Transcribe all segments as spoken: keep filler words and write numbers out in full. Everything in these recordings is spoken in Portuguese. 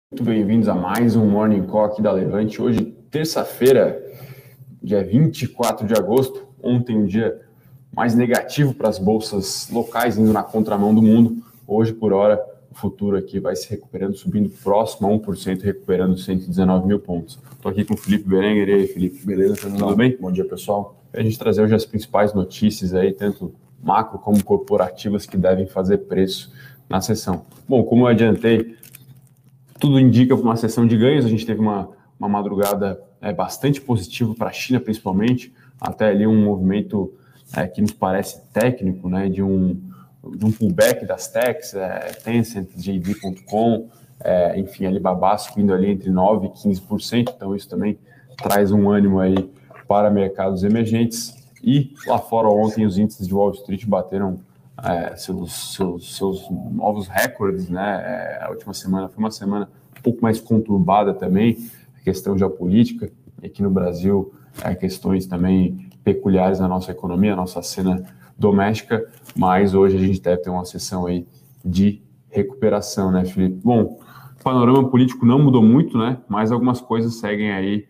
Muito bem-vindos a mais um Morning Call aqui da Levante. Hoje, terça-feira, dia vinte e quatro de agosto. Ontem, um dia mais negativo para as bolsas locais, indo na contramão do mundo. Hoje, por hora, o futuro aqui vai se recuperando, subindo próximo a um por cento, recuperando cento e dezenove mil pontos. Estou aqui com o Felipe Berenguer. E aí, Felipe? Beleza, tudo bem? Bom dia, pessoal. A gente trazer hoje as principais notícias aí, tanto macro como corporativas, que devem fazer preço na sessão. Bom, como eu adiantei, tudo indica para uma sessão de ganhos. A gente teve uma, uma madrugada é, bastante positiva para a China, principalmente, até ali um movimento é, que nos parece técnico, né, de, um, de um pullback das techs, é, Tencent, J D ponto com, é, enfim, Alibaba subindo ali entre nove por cento e quinze por cento, então isso também traz um ânimo aí para mercados emergentes. E lá fora ontem os índices de Wall Street bateram É, seus, seus, seus novos recordes, né? É, a última semana foi uma semana um pouco mais conturbada também, a questão geopolítica, e aqui no Brasil, é, questões também peculiares na nossa economia, na nossa cena doméstica, mas hoje a gente deve ter uma sessão aí de recuperação, né, Felipe? Bom, o panorama político não mudou muito, né? Mas algumas coisas seguem aí,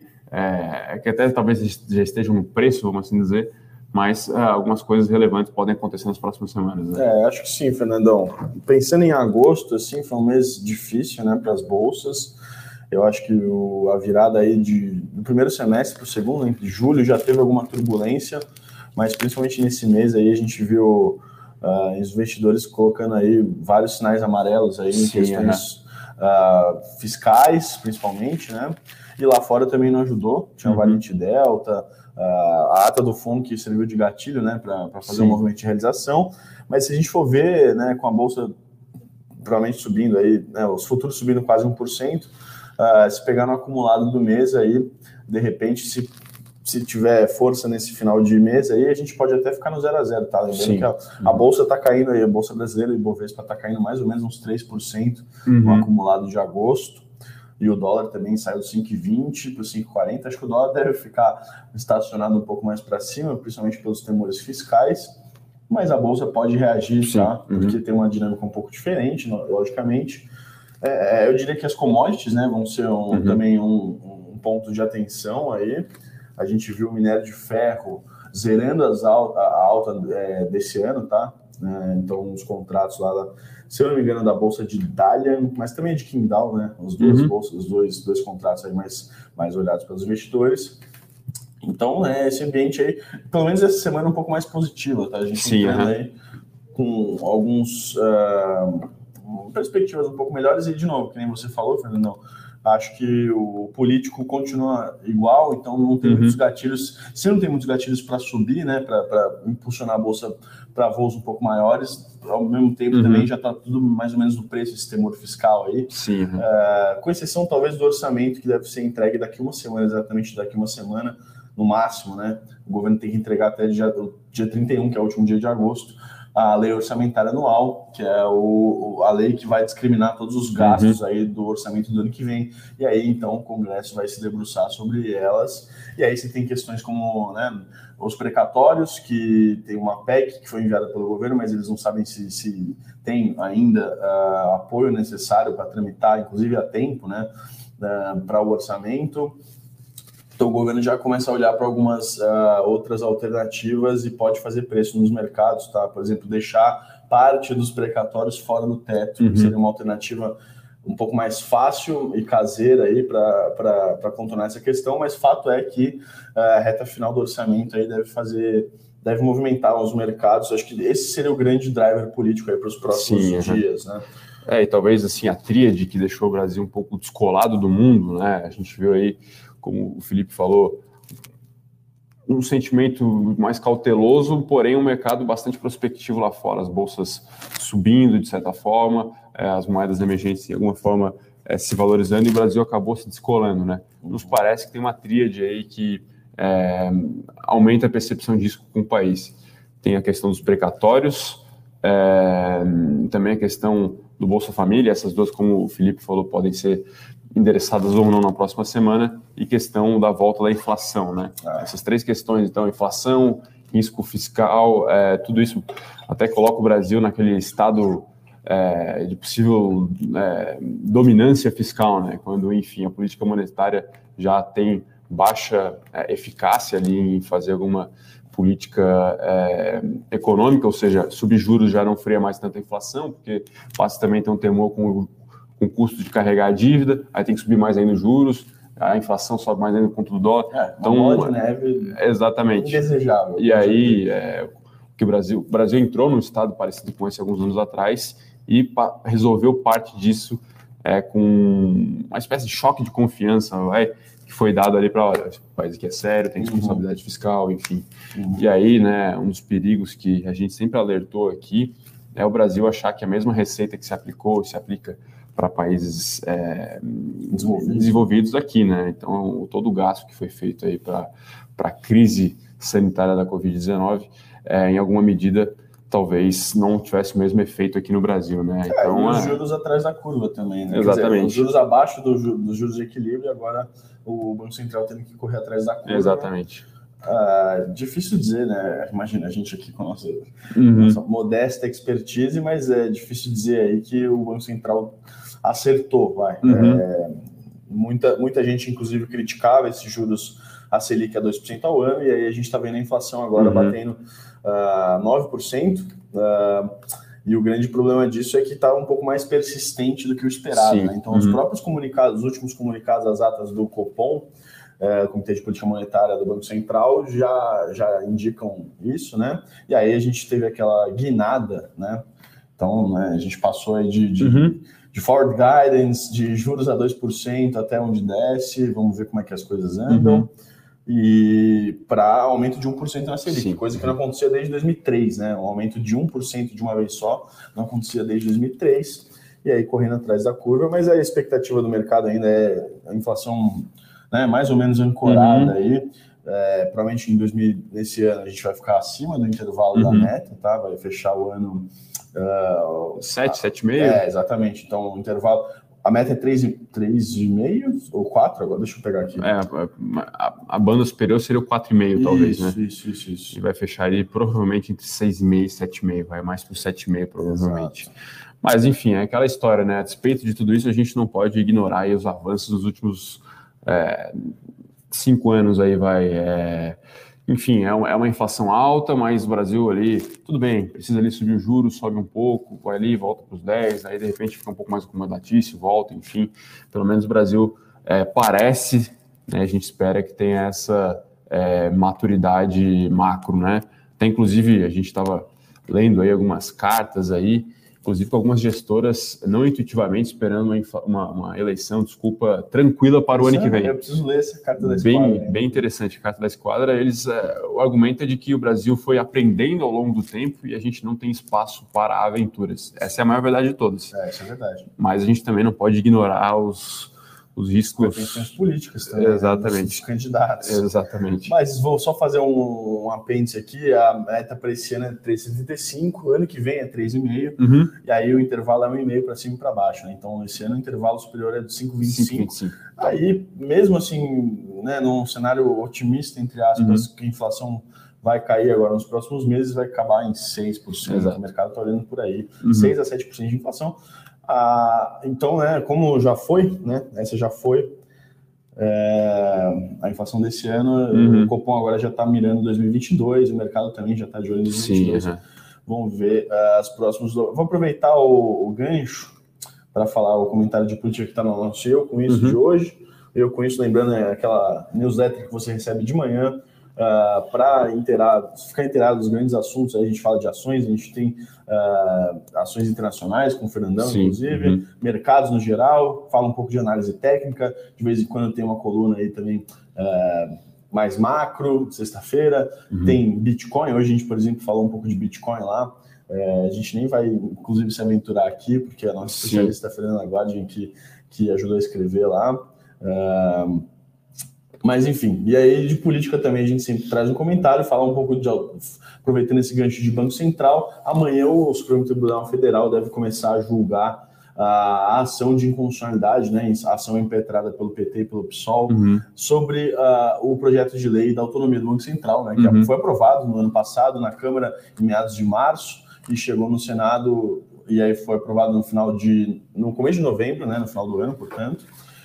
é, que até talvez já estejam no preço, vamos assim dizer, mas uh, algumas coisas relevantes podem acontecer nas próximas semanas, né? É, acho que sim, Fernandão. Pensando em agosto, assim, foi um mês difícil, né, para as bolsas. Eu acho que o, a virada aí de, do primeiro semestre para o segundo, né, de julho, já teve alguma turbulência, mas principalmente nesse mês aí a gente viu uh, os investidores colocando aí vários sinais amarelos aí em sim, questões é. uh, fiscais, principalmente, né? E lá fora também não ajudou, tinha a uhum. variante Delta, Uh, a ata do F O N C serviu de gatilho, né, para fazer Sim. um movimento de realização, mas se a gente for ver, né, com a bolsa provavelmente subindo aí, né, os futuros subindo quase um por cento, uh, se pegar no acumulado do mês aí, de repente, se, se tiver força nesse final de mês aí, a gente pode até ficar no zero a zero, tá? Lembrando Sim. que a, a bolsa está caindo aí, a bolsa brasileira e Bovespa está caindo mais ou menos uns três por cento uhum. no acumulado de agosto. E o dólar também saiu do cinco e vinte para o cinco e quarenta. Acho que o dólar deve ficar estacionado um pouco mais para cima, principalmente pelos temores fiscais. Mas a bolsa pode reagir, Sim. tá? Uhum. Porque tem uma dinâmica um pouco diferente, logicamente. É, eu diria que as commodities, né, vão ser um, uhum. também um, um ponto de atenção aí. A gente viu o minério de ferro zerando as alta, a alta é, desse ano, tá? É, então, os contratos lá, da, se eu não me engano, da bolsa de Dalian, mas também de Qingdao, né? Os dois uhum. bolsas, os dois, dois contratos aí mais, mais olhados pelos investidores. Então, é, esse ambiente aí, pelo menos essa semana, um pouco mais positiva, tá? A gente Sim, entrando uhum. aí com alguns uh, perspectivas um pouco melhores e, de novo, que nem você falou, Fernando, acho que o político continua igual, então não tem uhum. muitos gatilhos. Se não tem muitos gatilhos para subir, né, para impulsionar a bolsa para voos um pouco maiores, ao mesmo tempo uhum. também já está tudo mais ou menos no preço, esse temor fiscal aí. Sim. Uhum. Uh, com exceção talvez do orçamento que deve ser entregue daqui uma semana, exatamente daqui uma semana, no máximo, né? O governo tem que entregar até dia, dia trinta e um, que é o último dia de agosto, a lei orçamentária anual, que é o, a lei que vai discriminar todos os gastos uhum. aí do orçamento do ano que vem. E aí, então, o Congresso vai se debruçar sobre elas. E aí você tem questões como, né, os precatórios, que tem uma P E C que foi enviada pelo governo, mas eles não sabem se, se tem ainda uh, apoio necessário para tramitar, inclusive a tempo, né, uh, para o orçamento. Então o governo já começa a olhar para algumas uh, outras alternativas e pode fazer preço nos mercados, tá? Por exemplo, deixar parte dos precatórios fora do teto, uhum. que seria uma alternativa um pouco mais fácil e caseira aí para contornar essa questão, mas fato é que uh, a reta final do orçamento aí deve fazer, deve movimentar os mercados. Acho que esse seria o grande driver político aí para os próximos Sim, dias, uhum. né? É, e talvez assim a tríade que deixou o Brasil um pouco descolado do mundo, né? A gente viu aí, como o Felipe falou, um sentimento mais cauteloso, porém um mercado bastante prospectivo lá fora, as bolsas subindo de certa forma, é, as moedas emergentes de alguma forma é, se valorizando, e o Brasil acabou se descolando, né? Nos parece que tem uma tríade aí que é, aumenta a percepção de risco com o país. Tem a questão dos precatórios, é, também a questão do Bolsa Família, essas duas, como o Felipe falou, podem ser endereçadas ou não na próxima semana, e questão da volta da inflação, né? Ah. Essas três questões, então, inflação, risco fiscal, é, tudo isso até coloca o Brasil naquele estado é, de possível é, dominância fiscal, né? Quando, enfim, a política monetária já tem baixa é, eficácia ali em fazer alguma política é, econômica, ou seja, subir juros já não freia mais tanta inflação, porque passa também ter um temor com, com o custo de carregar a dívida, aí tem que subir mais ainda os juros, a inflação sobe mais ainda por conta do dólar. É, então, bola de neve exatamente. Indesejável. E aí, é, que o Brasil, o Brasil entrou num estado parecido com esse alguns anos atrás e pa- resolveu parte disso é, com uma espécie de choque de confiança, vai, que foi dado ali para, olha, o país aqui é sério, tem responsabilidade uhum. fiscal, enfim. Uhum. E aí, né, um dos perigos que a gente sempre alertou aqui é o Brasil achar que a mesma receita que se aplicou, se aplica para países é, desenvolvidos. desenvolvidos aqui, né? Então, todo o gasto que foi feito aí para a crise sanitária da covid dezenove, é, em alguma medida, talvez não tivesse o mesmo efeito aqui no Brasil, né? É, então, e os é... juros atrás da curva também, né? Exatamente. Dizer, os juros abaixo do, dos juros de equilíbrio, agora o Banco Central tendo que correr atrás da curva. Exatamente. Ah, difícil dizer, né? Imagina, a gente aqui com a nossa, uhum. nossa modesta expertise, mas é difícil dizer aí que o Banco Central acertou, vai. Uhum. É, muita, muita gente, inclusive, criticava esses juros a Selic a dois por cento ao ano, e aí a gente está vendo a inflação agora uhum. batendo uh, nove por cento, uh, e o grande problema disso é que está um pouco mais persistente do que o esperado. Né? Então, uhum. os próprios comunicados, os últimos comunicados, as atas do Copom, uh, Comitê de Política Monetária do Banco Central, já, já indicam isso, né? E aí a gente teve aquela guinada, né? Então, né, a gente passou aí de... de uhum. de forward guidance, de juros a dois por cento até onde desce, vamos ver como é que as coisas andam, uhum. e para aumento de um por cento na Selic, Sim. coisa que não acontecia desde dois mil e três, né? Um aumento de um por cento de uma vez só não acontecia desde dois mil e três, e aí correndo atrás da curva, mas a expectativa do mercado ainda é a inflação, né, mais ou menos ancorada uhum. aí, é, provavelmente em dois mil, nesse ano a gente vai ficar acima do intervalo uhum. da meta, tá? Vai fechar o ano... Uh, sete, sete e meio? É, exatamente. Então, o intervalo... A meta é três vírgula cinco ou quatro? Agora, deixa eu pegar aqui. É, a, a banda superior seria o quatro vírgula cinco, talvez, né? Isso, isso, isso. E vai fechar ali provavelmente entre seis vírgula cinco e sete vírgula cinco. Vai mais para o sete vírgula cinco, provavelmente. Exato. Mas, enfim, é aquela história, né? A despeito de tudo isso, a gente não pode ignorar aí os avanços dos últimos é, cinco anos aí, vai... É, Enfim, é uma inflação alta, mas o Brasil ali, tudo bem, precisa ali subir o juros, sobe um pouco, vai ali, volta para os dez, aí de repente fica um pouco mais acomodatício, volta, enfim. Pelo menos o Brasil é, parece, né, a gente espera que tenha essa é, maturidade macro, né? Até inclusive a gente estava lendo aí algumas cartas aí, inclusive com algumas gestoras não intuitivamente esperando uma, uma, uma eleição, desculpa, tranquila para o Isso ano que vem. Eu preciso ler essa carta da bem, esquadra. Bem interessante a carta da esquadra. Eles, é, o argumento é de que o Brasil foi aprendendo ao longo do tempo e a gente não tem espaço para aventuras. Essa é a maior verdade de todas. É, isso é verdade. Mas a gente também não pode ignorar os... os riscos... Pretensões políticas também, exatamente. Né, dos candidatos. Exatamente. Mas vou só fazer um, um apêndice aqui, a meta para esse ano é três vírgula setenta e cinco, ano que vem é três vírgula cinco, uhum. e aí o intervalo é um vírgula cinco para cima e para baixo, né? Então esse ano o intervalo superior é de cinco vírgula vinte e cinco. Aí, mesmo assim, né, num cenário otimista, entre aspas, uhum. que a inflação vai cair agora nos próximos meses, vai acabar em seis por cento. Exato. O mercado está olhando por aí, uhum. seis a sete por cento de inflação. Ah, então, né, como já foi, né, essa já foi é, a inflação desse ano, uhum. o Copom agora já está mirando dois mil e vinte e dois, o mercado também já está de olho em dois mil e vinte e dois. Sim, uhum. Vamos ver uh, as próximas... Vou aproveitar o, o gancho para falar o comentário de política que está no nosso Eu Com Isso uhum. de hoje. Eu Com Isso, lembrando, é aquela newsletter que você recebe de manhã, Uh, para ficar inteirado dos grandes assuntos. Aí a gente fala de ações, a gente tem uh, ações internacionais com o Fernandão, Sim, inclusive, uhum. mercados no geral, fala um pouco de análise técnica, de vez em quando tem uma coluna aí também uh, mais macro, sexta-feira, uhum. tem Bitcoin, hoje a gente, por exemplo, falou um pouco de Bitcoin lá, uh, a gente nem vai, inclusive, se aventurar aqui, porque a nossa Sim. especialista Fernanda Guardian que, que ajudou a escrever lá, uh, mas, enfim, e aí de política também a gente sempre traz um comentário, fala um pouco de, aproveitando esse gancho de Banco Central, amanhã o Supremo Tribunal Federal deve começar a julgar a ação de inconstitucionalidade, né, a ação impetrada pelo P T e pelo PSOL, uhum. sobre uh, o projeto de lei da autonomia do Banco Central, né, que uhum. foi aprovado no ano passado na Câmara em meados de março e chegou no Senado e aí foi aprovado no final de, no começo de novembro, né, no final do ano, portanto.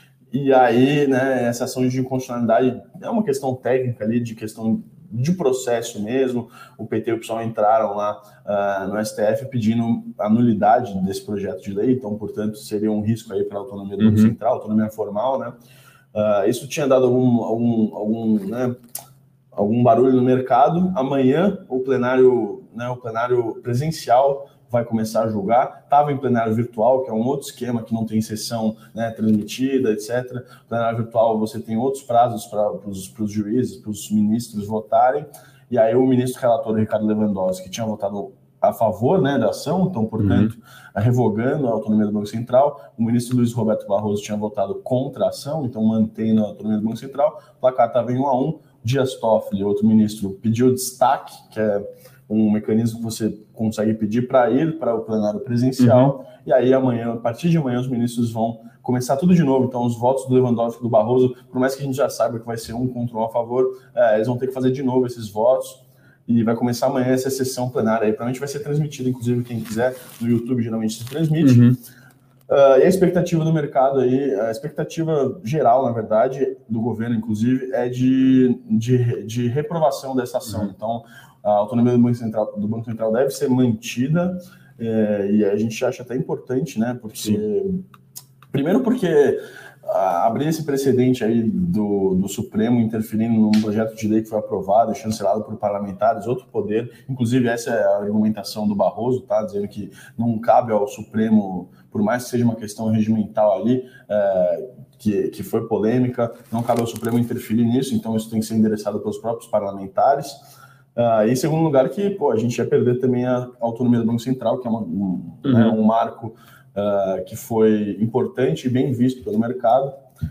E aí, né, essa ação de inconstitucionalidade é uma questão técnica ali, de questão de processo mesmo. O P T e o PSOL entraram lá uh, no S T F pedindo a nulidade desse projeto de lei, então, portanto, seria um risco aí para a autonomia do Banco Uhum. Central, autonomia formal, né? Uh, isso tinha dado algum, algum, algum, né, algum barulho no mercado. Amanhã, o plenário, né, o plenário presencial vai começar a julgar. Estava em plenário virtual, que é um outro esquema que não tem sessão, né, transmitida, etcétera. Plenário virtual você tem outros prazos para os juízes, para os ministros votarem. E aí o ministro relator Ricardo Lewandowski, que tinha votado a favor, né, da ação, então, portanto, uhum. revogando a autonomia do Banco Central. O ministro Luiz Roberto Barroso tinha votado contra a ação, então mantendo a autonomia do Banco Central. O placar estava em um a um. Dias Toffoli, outro ministro, pediu destaque, que é um mecanismo que você consegue pedir para ir para o plenário presencial, uhum. e aí amanhã, a partir de amanhã, os ministros vão começar tudo de novo. Então, os votos do Lewandowski e do Barroso, por mais que a gente já saiba que vai ser um contra um a favor, é, eles vão ter que fazer de novo esses votos, e vai começar amanhã essa sessão plenária. Aí, provavelmente vai ser transmitido, inclusive, quem quiser, no YouTube geralmente se transmite. Uhum. Uh, e a expectativa do mercado aí, a expectativa geral, na verdade, do governo, inclusive, é de, de, de reprovação dessa ação. Uhum. Então, a autonomia do Banco Central, do Banco Central deve ser mantida, é, e a gente acha até importante, né? Porque, Sim. primeiro porque a, abrir esse precedente aí do, do Supremo interferindo num projeto de lei que foi aprovado e chancelado por parlamentares, outro poder, inclusive essa é a argumentação do Barroso, tá? Dizendo que não cabe ao Supremo, por mais que seja uma questão regimental ali, é, que, que foi polêmica, não cabe ao Supremo interferir nisso, então isso tem que ser endereçado pelos próprios parlamentares. Uh, e em segundo lugar, que pô, a gente ia perder também a autonomia do Banco Central, que é uma, um, uhum. né, um marco uh, que foi importante e bem visto pelo mercado.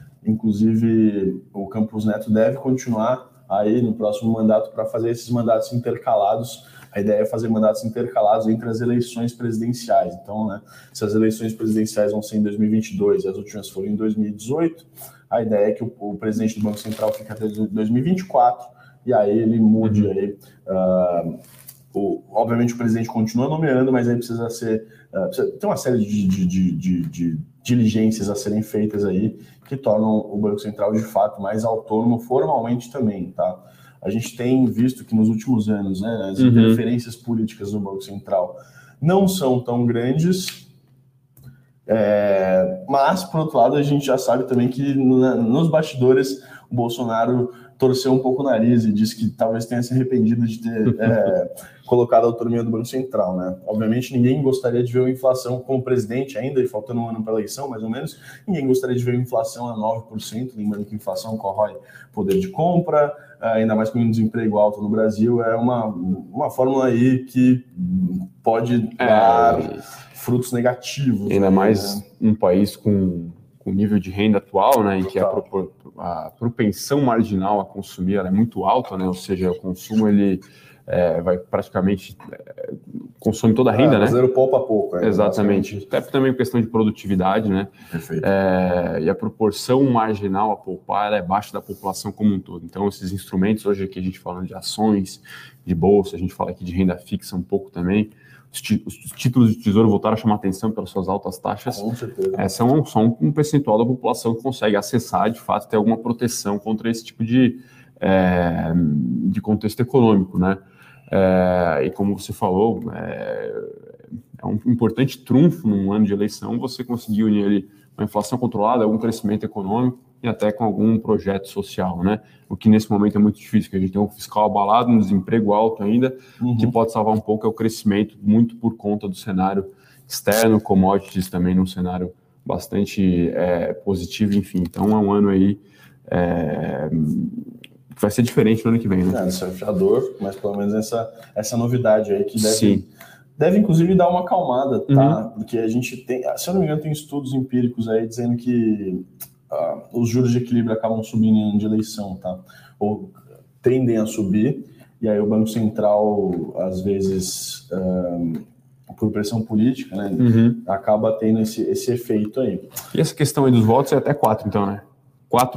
Inclusive, o Campos Neto deve continuar aí no próximo mandato para fazer esses mandatos intercalados. A ideia é fazer mandatos intercalados entre as eleições presidenciais. Então, né, se as eleições presidenciais vão ser em dois mil e vinte e dois e as últimas foram em dois mil e dezoito, a ideia é que o, o presidente do Banco Central fique até dois mil e vinte e quatro, e aí ele mude aí, uh, o, obviamente o presidente continua nomeando, mas aí precisa ser, uh, precisa, tem uma série de, de, de, de, de diligências a serem feitas aí, que tornam o Banco Central de fato mais autônomo formalmente também, tá? A gente tem visto que nos últimos anos, né, as uhum. interferências políticas no Banco Central não são tão grandes, é, mas, por outro lado, a gente já sabe também que no, nos bastidores o Bolsonaro torceu um pouco o nariz e disse que talvez tenha se arrependido de ter é, colocado a autonomia do Banco Central, né? Obviamente, ninguém gostaria de ver uma inflação como presidente ainda, e faltando um ano para a eleição, mais ou menos, ninguém gostaria de ver uma inflação a nove por cento, lembrando que inflação corrói poder de compra, ainda mais com um desemprego alto no Brasil, é uma, uma fórmula aí que pode dar é, frutos negativos. Ainda aí, mais né? Um país com com o nível de renda atual, né, em que a, propor, a propensão marginal a consumir ela é muito alta, né, ou seja, o consumo ele é, vai praticamente é, consome toda a renda, é, né? Brasileiro pouco a pouco. É, Exatamente. Até também questão de produtividade, né? Perfeito. É, e a proporção marginal a poupar ela é baixa da população como um todo. Então, esses instrumentos, hoje aqui a gente falando de ações, de bolsa, a gente fala aqui de renda fixa um pouco também. Os títulos de tesouro voltaram a chamar atenção pelas suas altas taxas. Com certeza. É, são só um percentual da população que consegue acessar, de fato, ter alguma proteção contra esse tipo de, é, de contexto econômico, né? É, e como você falou, é, é um importante trunfo num ano de eleição você conseguir unir ali uma inflação controlada, algum crescimento econômico e até com algum projeto social, né? O que nesse momento é muito difícil, porque a gente tem um fiscal abalado, um desemprego alto ainda, uhum. que pode salvar um pouco é o crescimento, muito por conta do cenário externo, commodities também num cenário bastante é, positivo, enfim. Então é um ano aí é, que vai ser diferente no ano que vem, né? É, desafiador, mas pelo menos essa, essa novidade aí que deve... Sim. Deve, inclusive, dar uma acalmada, tá? Uhum. Porque a gente tem, se eu não me engano, tem estudos empíricos aí dizendo que uh, os juros de equilíbrio acabam subindo em ano de eleição, tá? Ou tendem a subir, e aí o Banco Central, às vezes, uh, por pressão política, né, uhum. acaba tendo esse, esse efeito aí. E essa questão aí dos votos é até quatro, então, né? Quatro?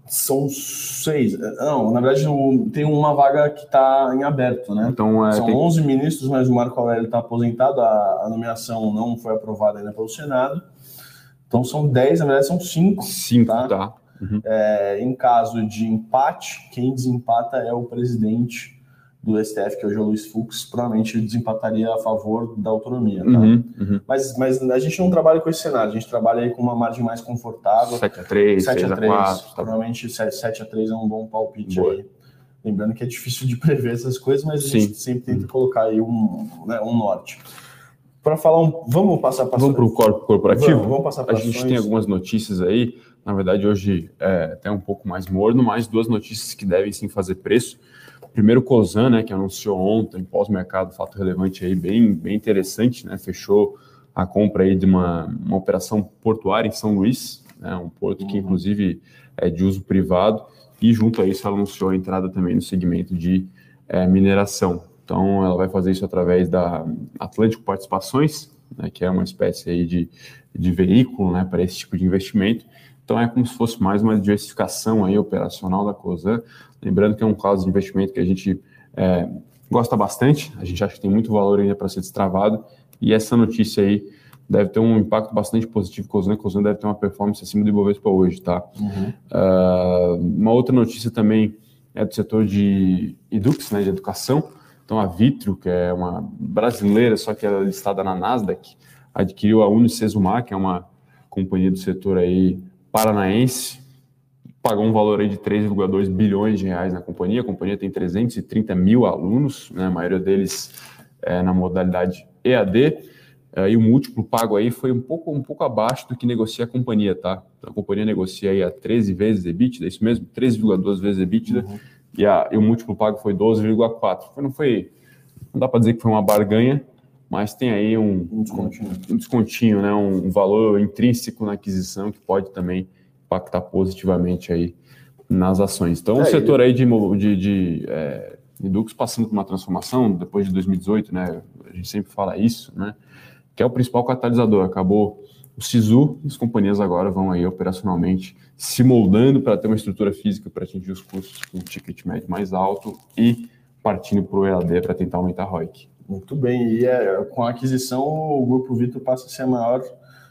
São seis. Não, na verdade tem uma vaga que está em aberto, né? Então, é, São tem... onze ministros, mas o Marco Aurélio está aposentado, a, a nomeação não foi aprovada ainda pelo Senado. Então são dez, na verdade são cinco. Cinco, tá? tá. Uhum. É, em caso de empate, quem desempata é o presidente do S T F, que hoje é o Luiz Fux, provavelmente desempataria a favor da autonomia. Tá? Uhum, uhum. Mas, mas a gente não trabalha com esse cenário, a gente trabalha aí com uma margem mais confortável. sete a três, sete a três. quatro. Provavelmente sete a três é um bom palpite. Boa. Aí. Lembrando que é difícil de prever essas coisas, mas Sim. a gente sempre tenta colocar aí um, né, um norte. Para falar um... Vamos passar para... Vamos para o corpo corporativo? Vamos, vamos passar para A gente ações. Tem algumas notícias aí, na verdade hoje é até um pouco mais morno, mas duas notícias que devem sim fazer preço. Primeiro, o Cosan, né, que anunciou ontem, pós-mercado, fato relevante aí, bem, bem interessante, né, fechou a compra aí de uma, uma operação portuária em São Luís, né, um porto que inclusive é de uso privado, e junto a isso ela anunciou a entrada também no segmento de é, mineração. Então ela vai fazer isso através da Atlântico Participações, né, que é uma espécie aí de, de veículo, né, para esse tipo de investimento. Então é como se fosse mais uma diversificação aí operacional da Cosan. Lembrando que é um caso de investimento que a gente é, gosta bastante, a gente acha que tem muito valor ainda para ser destravado, e essa notícia aí deve ter um impacto bastante positivo com a Cosan, a Cosan deve ter uma performance acima do Ibovespa hoje, tá? Uhum. Uh, uma outra notícia também é do setor de Edux, né, de educação. Então a Vitro, que é uma brasileira, só que ela é listada na Nasdaq, adquiriu a Unicesumar, que é uma companhia do setor aí paranaense, pagou um valor aí de três vírgula dois bilhões de reais na companhia. A companhia tem trezentos e trinta mil alunos, né, a maioria deles é, na modalidade E A D, é, e o múltiplo pago aí foi um pouco, um pouco abaixo do que negocia a companhia, tá? Então, a companhia negocia aí a treze vezes EBITDA, é isso mesmo? treze vírgula dois vezes EBITDA, uhum. e, a, e o múltiplo pago foi doze vírgula quatro. Não foi, não dá para dizer que foi uma barganha, mas tem aí um, um descontinho, um, um descontinho, né, um, um valor intrínseco na aquisição que pode também impactar positivamente aí nas ações. Então, é, o setor ele... aí de, de, de é, Edux passando por uma transformação depois de dois mil e dezoito, né? A gente sempre fala isso, né? Que é o principal catalisador. Acabou o SISU e as companhias agora vão aí operacionalmente se moldando para ter uma estrutura física para atingir os custos com um ticket médio mais alto e partindo para o E A D para tentar aumentar a R O I C. Muito bem. E é, com a aquisição, o Grupo Vitro passa a ser a maior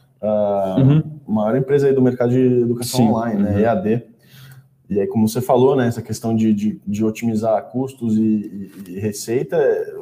a uhum. maior empresa aí do mercado de educação Sim. online, né, uhum. E A D. E aí, como você falou, né, essa questão de, de, de otimizar custos e, e, e receita,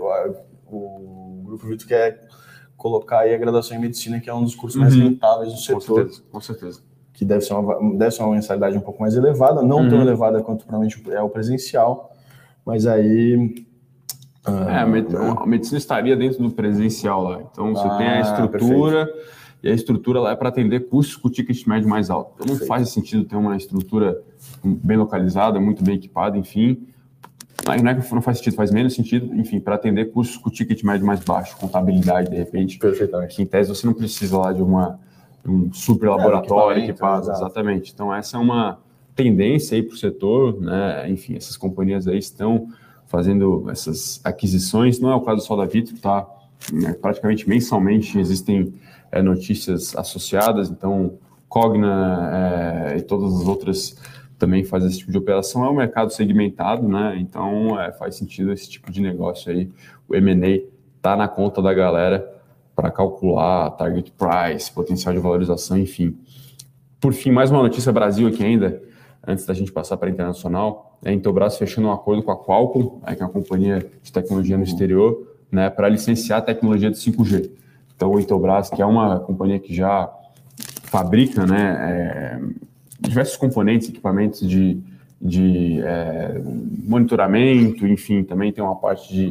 o, o Grupo Vitro quer colocar aí a graduação em medicina, que é um dos cursos uhum. mais rentáveis do setor. Com certeza, com certeza. Que deve ser uma, deve ser uma mensalidade um pouco mais elevada, não uhum. tão elevada quanto provavelmente é o presencial, mas aí... É, a, med- né? a medicina estaria dentro do presencial lá. Então, você ah, tem a estrutura... Perfeito. E a estrutura lá é para atender custos com o ticket médio mais alto. Então, não faz sentido ter uma estrutura bem localizada, muito bem equipada, enfim. Não é que não faz sentido, faz menos sentido, enfim, para atender custos com o ticket médio mais baixo, contabilidade, de repente. Perfeitamente. Que, em tese, você não precisa lá de uma, um super laboratório é, equipado. Exatamente. Então, essa é uma tendência aí para o setor, né? Enfim, essas companhias aí estão fazendo essas aquisições. Não é o caso só da Vitro, tá? Praticamente mensalmente existem É, notícias associadas, então Cogna é, e todas as outras também fazem esse tipo de operação. É um mercado segmentado, né? Então é, faz sentido esse tipo de negócio aí. O M and A tá na conta da galera para calcular target price, potencial de valorização, enfim. Por fim, mais uma notícia Brasil aqui ainda, antes da gente passar para a internacional. É a Intelbras fechando um acordo com a Qualcomm, é, que é uma companhia de tecnologia no exterior, né, para licenciar a tecnologia de cinco G. Então, o Intelbras, que é uma companhia que já fabrica, né, é, diversos componentes, equipamentos de, de é, monitoramento, enfim, também tem uma parte de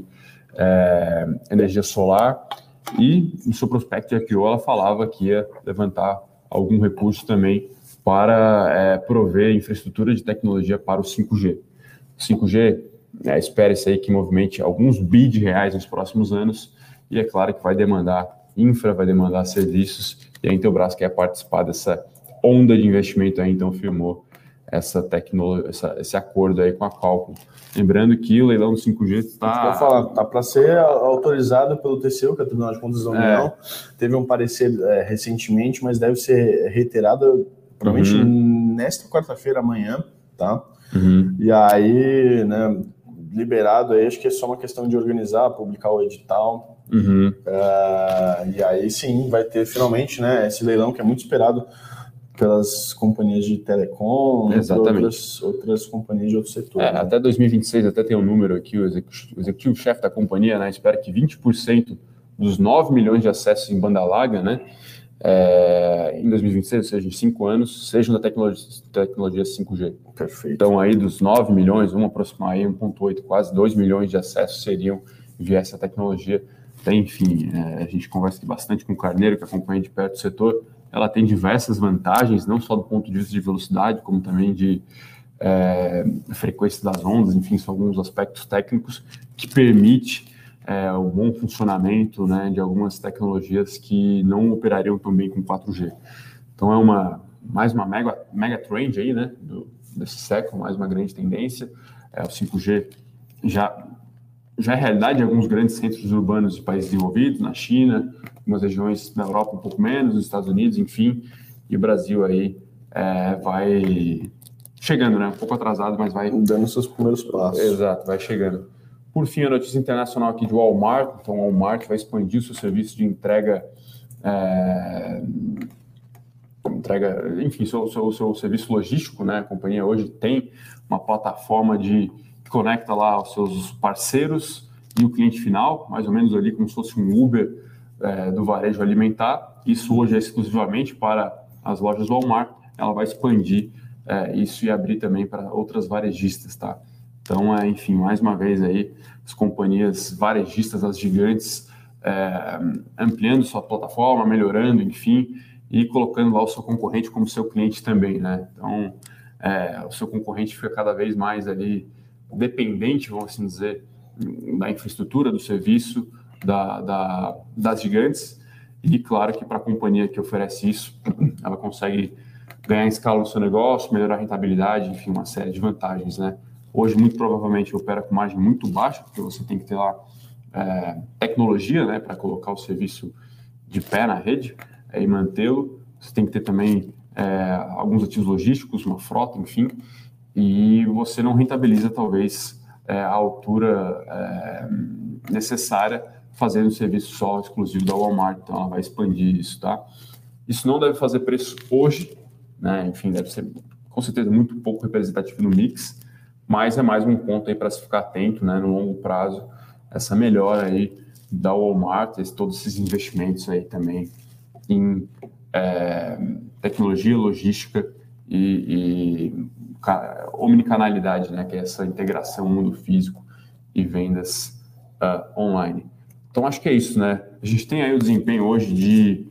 é, energia solar. E no seu prospecto de I P O, ela falava que ia levantar algum recurso também para é, prover infraestrutura de tecnologia para o cinco G. O cinco G, é, espere-se aí que movimente alguns bi de reais nos próximos anos, e é claro que vai demandar infra, vai demandar serviços, e a Intelbras quer participar dessa onda de investimento aí, então firmou essa tecnologia, essa, esse acordo aí com a Qualcomm. Lembrando que o leilão do cinco G está... Está para ser autorizado pelo T C U, que é o Tribunal de Contas da União. É. Teve um parecer é, recentemente, mas deve ser reiterado provavelmente uhum. nesta quarta-feira, amanhã, tá? Uhum. E aí, né, liberado aí, acho que é só uma questão de organizar, publicar o edital. Uhum. Uh, e aí sim, vai ter finalmente, né, esse leilão que é muito esperado pelas companhias de telecom, entre outras, outras companhias de outro setor. É, né? Até dois mil e vinte e seis, até tem um número aqui, o executivo-chefe da companhia, né, espera que vinte por cento dos nove milhões de acessos em banda larga, né, é, em dois mil e vinte e seis, ou seja, em cinco anos, sejam da tecnologia, tecnologia cinco G. Perfeito. Então, aí dos nove milhões, vamos aproximar aí um vírgula oito, quase dois milhões de acessos seriam via essa tecnologia. Então, enfim, é, a gente conversa aqui bastante com o Carneiro, que acompanha de perto o setor. Ela tem diversas vantagens, não só do ponto de vista de velocidade, como também de é, frequência das ondas, enfim, são alguns aspectos técnicos que permite é, o bom funcionamento, né, de algumas tecnologias que não operariam tão bem com quatro G. Então, é uma, mais uma mega, mega trend aí, né, do, desse século, mais uma grande tendência. É, o cinco G já, já é realidade em alguns grandes centros urbanos de países desenvolvidos, na China, algumas regiões da Europa um pouco menos, nos Estados Unidos, enfim, e o Brasil aí é, vai chegando, né? Um pouco atrasado, mas vai... Dando seus primeiros passos. Exato, vai chegando. Por fim, a notícia internacional aqui de Walmart. Então, o Walmart vai expandir o seu serviço de entrega... É, entrega, enfim, seu, seu, seu serviço logístico, né? A companhia hoje tem uma plataforma de que conecta lá os seus parceiros e o cliente final, mais ou menos ali como se fosse um Uber é, do varejo alimentar. Isso hoje é exclusivamente para as lojas Walmart. Ela vai expandir é, isso e abrir também para outras varejistas, tá? Então, é, enfim, mais uma vez aí, as companhias varejistas, as gigantes, é, ampliando sua plataforma, melhorando, enfim, e colocando lá o seu concorrente como seu cliente também, né? Então, é, o seu concorrente fica cada vez mais ali dependente, vamos assim dizer, da infraestrutura, do serviço, da, da, das gigantes, e claro que para a companhia que oferece isso, ela consegue ganhar escala no seu negócio, melhorar a rentabilidade, enfim, uma série de vantagens, né? Hoje, muito provavelmente, opera com margem muito baixa, porque você tem que ter lá é, tecnologia, né, para colocar o serviço de pé na rede é, e mantê-lo. Você tem que ter também é, alguns ativos logísticos, uma frota, enfim, e você não rentabiliza, talvez, é, a altura é, necessária fazendo um serviço só exclusivo da Walmart. Então, ela vai expandir isso, tá? Isso não deve fazer preço hoje, né? Enfim, deve ser, com certeza, muito pouco representativo no mix, mas é mais um ponto aí para se ficar atento, né, no longo prazo, essa melhora aí da Walmart, esse, todos esses investimentos aí também em é, tecnologia, logística e, e omnicanalidade, né, que é essa integração mundo físico e vendas uh, online. Então, acho que é isso, né? A gente tem aí o desempenho hoje de,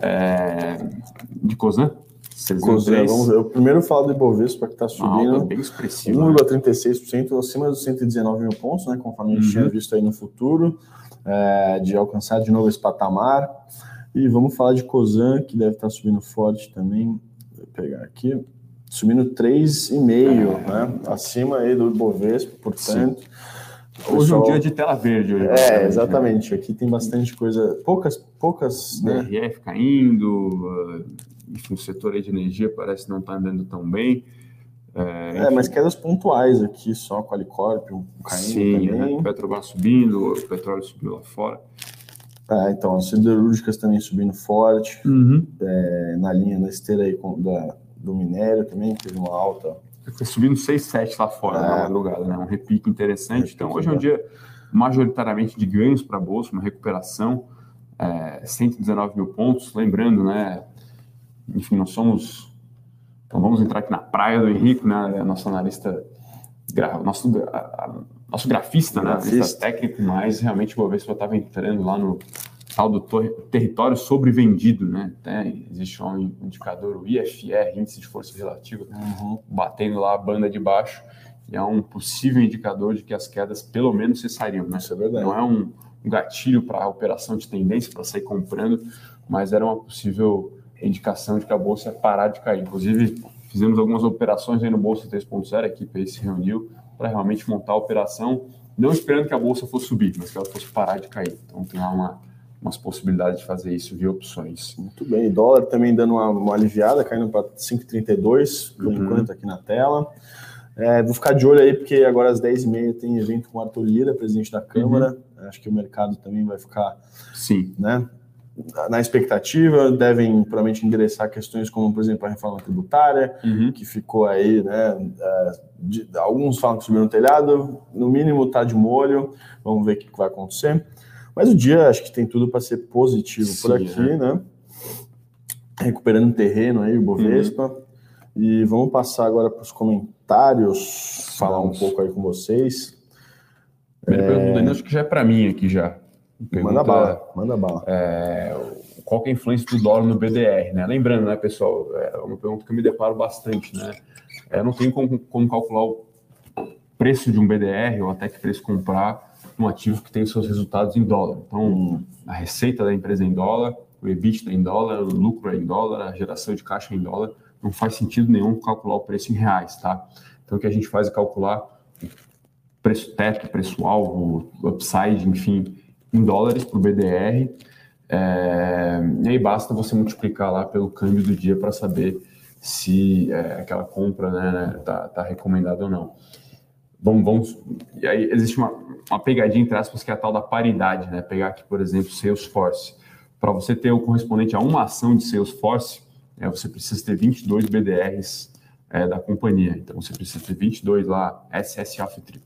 é, de Cosan. Cosan, vamos ver. Eu primeiro falo do Ibovespa, que está subindo bem expressivo, um vírgula trinta e seis por cento, né? Acima dos cento e dezenove mil pontos, né? Conforme a gente uhum. tinha visto aí no futuro, é, de alcançar de novo esse patamar. E vamos falar de Cosan, que deve estar subindo forte também. Vou pegar aqui. Subindo três vírgula cinco por cento, é. né? Acima aí do Ibovespa, portanto. Sim. Hoje é um dia de tela verde. Hoje, é, exatamente. Aqui tem bastante coisa, poucas, poucas, né? né? B R F caindo, enfim, o setor aí de energia parece não estar andando tão bem. É, é mas quedas pontuais aqui, só com a Qualicorp caindo Sim, também. Né? Petrobras subindo, o petróleo subiu lá fora. É, então, as siderúrgicas também subindo forte, uhum. é, na linha, na esteira aí com, da, do minério também, teve uma alta. Foi subindo seis, sete lá fora, é. na madrugada, né? Um repique interessante. Repique, então, hoje é um dia majoritariamente de ganhos para a Bolsa, uma recuperação, é, cento e dezenove mil pontos. Lembrando, né? Enfim, nós somos... Então, vamos entrar aqui na praia do Henrique, né? Nosso analista, gra, nosso, a, nosso grafista, grafista. né? Analista técnico, mas realmente o Bovespa estava entrando lá no tal do território sobrevendido, né? Até existe um indicador, o I F R, Índice de Força Relativa, uhum. batendo lá a banda de baixo, e é um possível indicador de que as quedas pelo menos cessariam, né? Isso é verdade. Não é um, um gatilho para a operação de tendência, para sair comprando, mas era uma possível indicação de que a Bolsa ia parar de cair. Inclusive, fizemos algumas operações aí no Bolsa três ponto zero, a equipe aí se reuniu para realmente montar a operação, não esperando que a Bolsa fosse subir, mas que ela fosse parar de cair. Então, tem lá uma... umas possibilidades de fazer isso via opções. Muito bem, dólar também dando uma, uma aliviada, caindo para cinco vírgula trinta e dois por uhum. enquanto aqui na tela. É, vou ficar de olho aí, porque agora às dez e meia tem evento com o Arthur Lira, presidente da Câmara. Uhum. Acho que o mercado também vai ficar, sim, né, na expectativa. Devem provavelmente endereçar questões como, por exemplo, a reforma tributária, uhum. que ficou aí, né? De, alguns falam que subiu no telhado, no mínimo está de molho. Vamos ver o que vai acontecer. Mas o dia acho que tem tudo para ser positivo. Sim, por aqui, é. né? Recuperando terreno aí, o Bovespa. Uhum. E vamos passar agora para os comentários, falar vamos. um pouco aí com vocês. Primeira é... pergunta do Danilo, acho que já é para mim aqui já. Pergunta, manda bala, manda bala. É, qual que é a influência do dólar no B D R, né? Lembrando, né, pessoal, é uma pergunta que eu me deparo bastante, né? Eu não tenho como, como calcular o preço de um B D R ou até que preço comprar um ativo que tem seus resultados em dólar. Então, hum. a receita da empresa é em dólar, o EBITDA é em dólar, o lucro é em dólar, a geração de caixa é em dólar. Não faz sentido nenhum calcular o preço em reais, tá? Então, o que a gente faz é calcular o preço teto, preço-alvo, upside, enfim, em dólares para o B D R. É, e aí basta você multiplicar lá pelo câmbio do dia para saber se é, aquela compra né, tá, tá recomendada ou não. Vamos, vamos, e aí existe uma, uma pegadinha entre aspas que é a tal da paridade, né? Pegar aqui, por exemplo, Salesforce. Para você ter o correspondente a uma ação de Salesforce, é, você precisa ter vinte e dois B D Rs é, da companhia. Então, você precisa ter vinte e dois lá, S S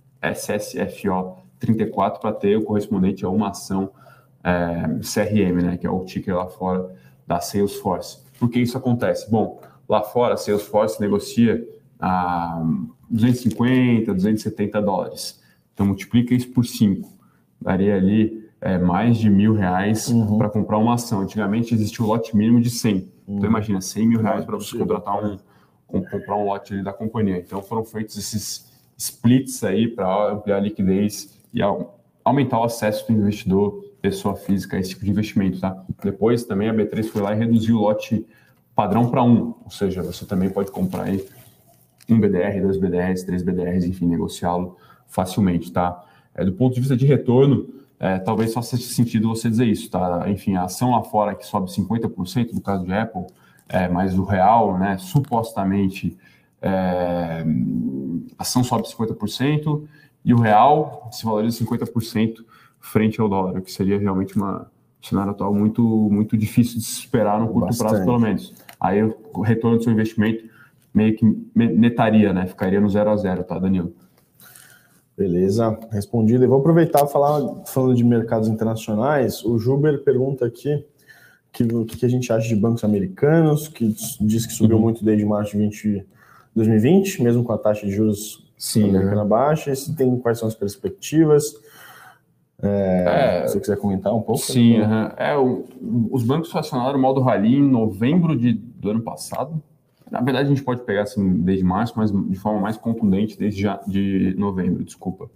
F O trinta e quatro para ter o correspondente a uma ação é, C R M, né, que é o ticker lá fora da Salesforce. Por que isso acontece? Bom, lá fora a Salesforce negocia a duzentos e cinquenta, duzentos e setenta dólares. Então, multiplica isso por cinco. Daria ali é, mais de mil reais uhum. para comprar uma ação. Antigamente existia o lote mínimo de cem. Uhum. Então, imagina, cem mil reais para você contratar um, um, comprar um lote ali da companhia. Então, foram feitos esses splits aí para ampliar a liquidez e aumentar o acesso do investidor, pessoa física, a esse tipo de investimento, tá? Depois, também, a B três foi lá e reduziu o lote padrão para um. Ou seja, você também pode comprar aí um B D R, dois B D Rs, três B D Rs, enfim, negociá-lo facilmente, tá? É, do ponto de vista de retorno, é, talvez faça sentido você dizer isso, tá? Enfim, a ação lá fora que sobe cinquenta por cento no caso de Apple, é, mas o real, né, supostamente, é, a ação sobe cinquenta por cento e o real se valoriza cinquenta por cento frente ao dólar, o que seria realmente uma, um cenário atual muito, muito difícil de se esperar no curto Bastante. prazo, pelo menos. Aí o retorno do seu investimento meio que netaria, né? Ficaria no zero a zero, tá, Danilo? Beleza, respondido. Eu vou aproveitar e falar, falando de mercados internacionais, o Juber pergunta aqui que, o que a gente acha de bancos americanos, que diz que subiu uhum. muito desde março de dois mil e vinte, mesmo com a taxa de juros Sim, americana né? baixa. Se tem, quais são as perspectivas? É, é, se você quiser comentar um pouco. Sim, uhum. é, o, os bancos acionaram o modo rally em novembro de, do ano passado. Na verdade, a gente pode pegar assim desde março, mas de forma mais contundente desde já, de novembro, desculpa.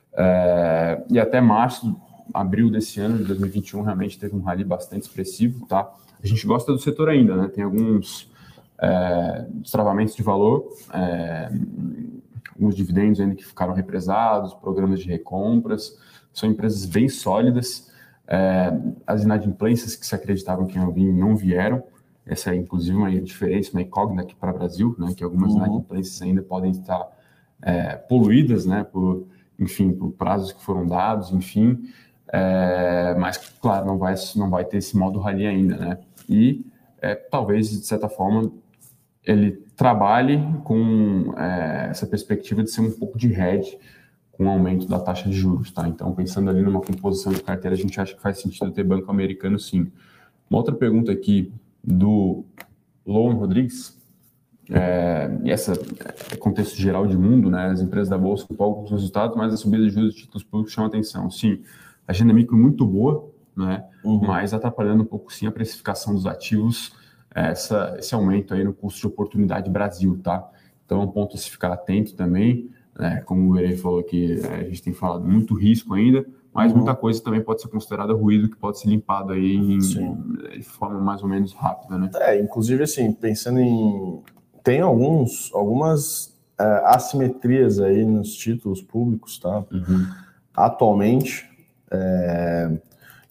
É, e até março, abril desse ano, de dois mil e vinte e um, realmente teve um rally bastante expressivo, tá? A gente gosta do setor ainda, né? Tem alguns é, destravamentos de valor, é, alguns dividendos ainda que ficaram represados, programas de recompras, são empresas bem sólidas. É, as inadimplências que se acreditavam que iam vir não vieram. Essa é, inclusive, uma diferença, uma incógnita aqui para o Brasil, né, que algumas uhum. inadimplências ainda podem estar é, poluídas, né, por, enfim, por prazos que foram dados, enfim, é, mas, claro, não vai, não vai ter esse modo rally ainda, né, e é, talvez, de certa forma, ele trabalhe com é, essa perspectiva de ser um pouco de hedge com o aumento da taxa de juros, tá? Então, pensando ali numa composição de carteira, a gente acha que faz sentido ter banco americano, sim. Uma outra pergunta aqui do Loan Rodrigues, é, e essa é contexto geral de mundo, né? As empresas da Bolsa empolgam com os resultados, mas a subida de juros de títulos públicos chama atenção. Sim, a agenda micro é muito boa, né? Uhum. Mas atrapalhando um pouco, sim, a precificação dos ativos, essa, esse aumento aí no custo de oportunidade Brasil, tá? Então, é um ponto a se ficar atento também, né? Como o Erei falou aqui, a gente tem falado muito risco ainda, mas uhum. muita coisa também pode ser considerada ruído, que pode ser limpado aí em, de forma mais ou menos rápida, né? É, inclusive, assim, pensando em... Tem alguns, algumas é, assimetrias aí nos títulos públicos, tá? Uhum. Atualmente, é,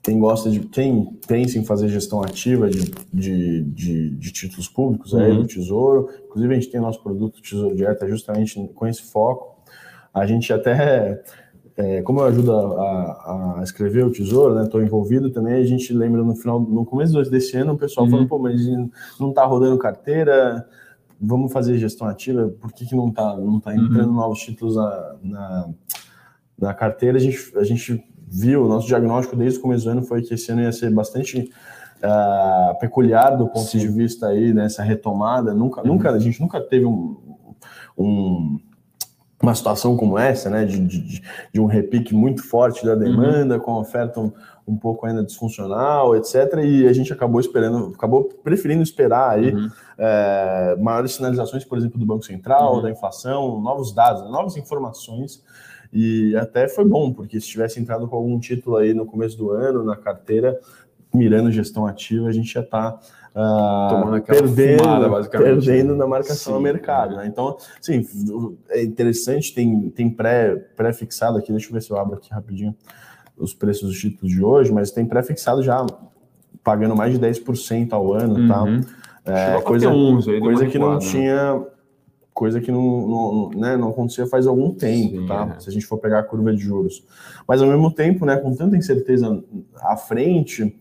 quem gosta de, quem pensa em fazer gestão ativa de, de, de, de títulos públicos, uhum. aí do Tesouro, inclusive a gente tem nosso produto Tesouro Direto justamente com esse foco. A gente até, é, como eu ajudo a, a escrever o Tesouro, né, estou envolvido também, a gente lembra no final, no começo desse ano, o pessoal uhum. falando, pô, mas não está rodando carteira, vamos fazer gestão ativa, por que, que não está não tá entrando uhum. novos títulos na, na, na carteira? A gente, a gente viu, o nosso diagnóstico desde o começo do ano foi que esse ano ia ser bastante uh, peculiar do ponto Sim. de vista aí, nessa retomada. Nunca, uhum. nunca, a gente nunca teve um, um, uma situação como essa, né, de, de, de um repique muito forte da demanda, uhum. com a oferta um, um pouco ainda disfuncional, etcétera. E a gente acabou esperando, acabou preferindo esperar aí uhum. uh, maiores sinalizações, por exemplo, do Banco Central, uhum. da inflação, novos dados, novas informações. E até foi bom, porque se tivesse entrado com algum título aí no começo do ano, na carteira, mirando gestão ativa, a gente já está uh, perdendo, fumada, basicamente, perdendo na marcação Sim, ao mercado. É. Né? Então, sim, é interessante, tem, tem pré, pré-fixado aqui, deixa eu ver se eu abro aqui rapidinho os preços dos títulos de hoje, mas tem pré-fixado já pagando mais de dez por cento ao ano, uhum. tá? É, coisa onze, aí coisa que não tinha... Coisa que não, não, né, não acontecia faz algum tempo, Sim, tá? É. Se a gente for pegar a curva de juros. Mas, ao mesmo tempo, né, com tanta incerteza à frente,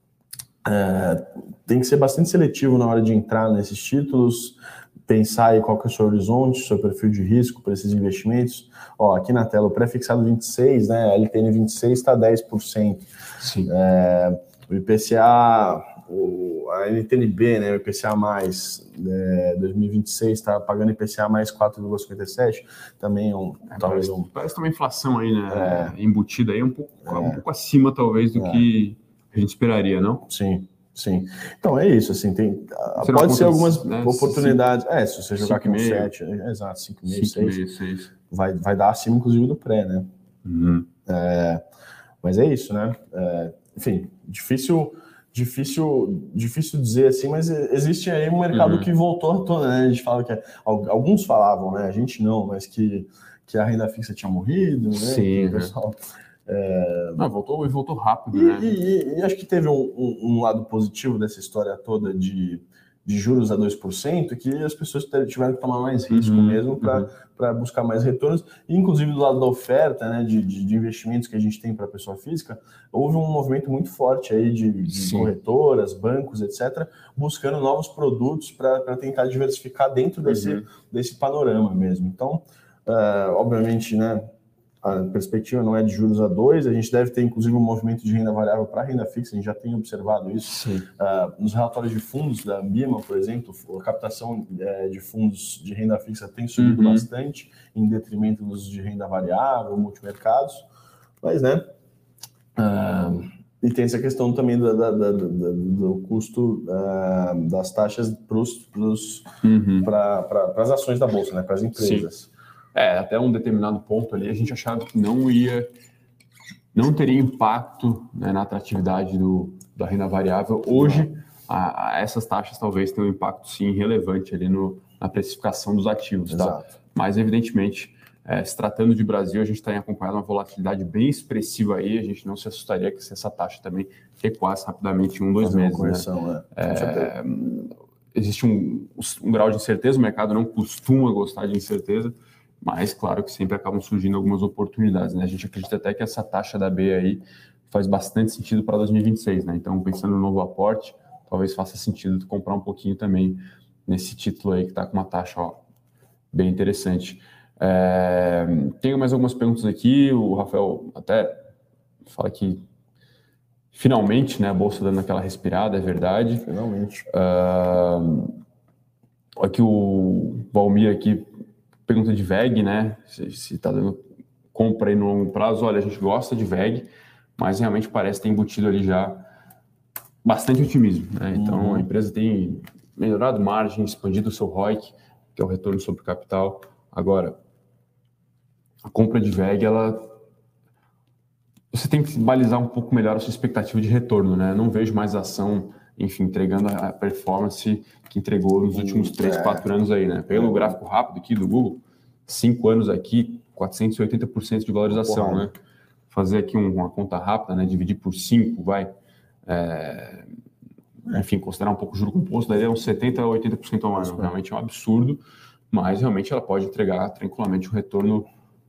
é, tem que ser bastante seletivo na hora de entrar nesses títulos, pensar aí qual que é o seu horizonte, seu perfil de risco para esses investimentos. Ó, aqui na tela, o pré-fixado vinte e seis, né, a L T N vinte e seis está dez por cento. Sim. É, o I P C A... O, a N T N B, né, o I P C A mais, é, dois mil e vinte e seis está pagando I P C A mais quatro vírgula cinquenta e sete, também é um, é, talvez parece, um... Parece uma inflação aí, né, é, embutida aí, um pouco, é, um pouco acima, talvez, do é. que a gente esperaria, não? Sim, sim. Então, é isso, assim, tem, você pode ser algumas né, oportunidades, cinco, é, se você jogar com sete, é, exato, cinco vírgula cinco, seis, vai, vai dar acima, inclusive, do pré, né? Uhum. É, mas é isso, né? É, enfim, difícil... Difícil, difícil dizer assim, mas existe aí um mercado uhum. que voltou à tona, né? A gente fala que alguns falavam, né? A gente não, mas que, que a renda fixa tinha morrido, né? Sim. O pessoal, é... não, voltou e voltou rápido, e, né? E, e, e acho que teve um, um, um lado positivo dessa história toda de, de juros a dois por cento, que as pessoas tiveram que tomar mais risco uhum, mesmo para uhum. buscar mais retornos. E, inclusive, do lado da oferta, né, de, de, de investimentos que a gente tem para a pessoa física, houve um movimento muito forte aí de, de corretoras, bancos, etcétera, buscando novos produtos para tentar diversificar dentro desse, uhum. desse panorama mesmo. Então, uh, obviamente, né, a perspectiva não é de juros a dois, a gente deve ter, inclusive, um movimento de renda variável para renda fixa, a gente já tem observado isso. Uh, nos relatórios de fundos da Ambima, por exemplo, a captação uh, de fundos de renda fixa tem subido uhum. bastante, em detrimento dos de renda variável, multimercados, mas, né, uh, e tem essa questão também da, da, da, da, do custo uh, das taxas uhum. para as ações da Bolsa, né, para as empresas. Sim. É, até um determinado ponto ali, a gente achava que não ia, não teria impacto, né, na atratividade do, da renda variável. Hoje, a, a essas taxas talvez tenham um impacto, sim, relevante ali no, na precificação dos ativos. Tá? Mas, evidentemente, é, se tratando de Brasil, a gente tem acompanhado uma volatilidade bem expressiva aí, a gente não se assustaria que se essa taxa também recuasse rapidamente em um, dois Fazer meses. Correção, né? É, existe um, um grau de incerteza, o mercado não costuma gostar de incerteza, mas, claro, que sempre acabam surgindo algumas oportunidades, né? A gente acredita até que essa taxa da B aí faz bastante sentido para dois mil e vinte e seis, né? Então, pensando no novo aporte, talvez faça sentido comprar um pouquinho também nesse título aí que está com uma taxa, ó, bem interessante. É... Tenho mais algumas perguntas aqui. O Rafael até fala que finalmente, né, a Bolsa dando aquela respirada, é verdade. Finalmente. Uh... Aqui o Valmir aqui pergunta de V E G, né? Se está dando compra aí no longo prazo. Olha, a gente gosta de V E G, mas realmente parece ter embutido ali já bastante otimismo, né? Então, uhum. a empresa tem melhorado margem, expandido o seu R O I C, que é o retorno sobre o capital. Agora, a compra de V E G, ela... Você tem que balizar um pouco melhor a sua expectativa de retorno, né? Não vejo mais ação, enfim, entregando a performance que entregou nos últimos três, quatro anos aí, né? Pegando o gráfico rápido aqui do Google, cinco anos aqui, quatrocentos e oitenta por cento de valorização, né? fazer aqui uma conta rápida, né, dividir por cinco, vai, é, enfim, considerar um pouco o juro composto, daí é uns setenta por cento a oitenta por cento ao ano. Realmente é um absurdo, mas realmente ela pode entregar tranquilamente um retorno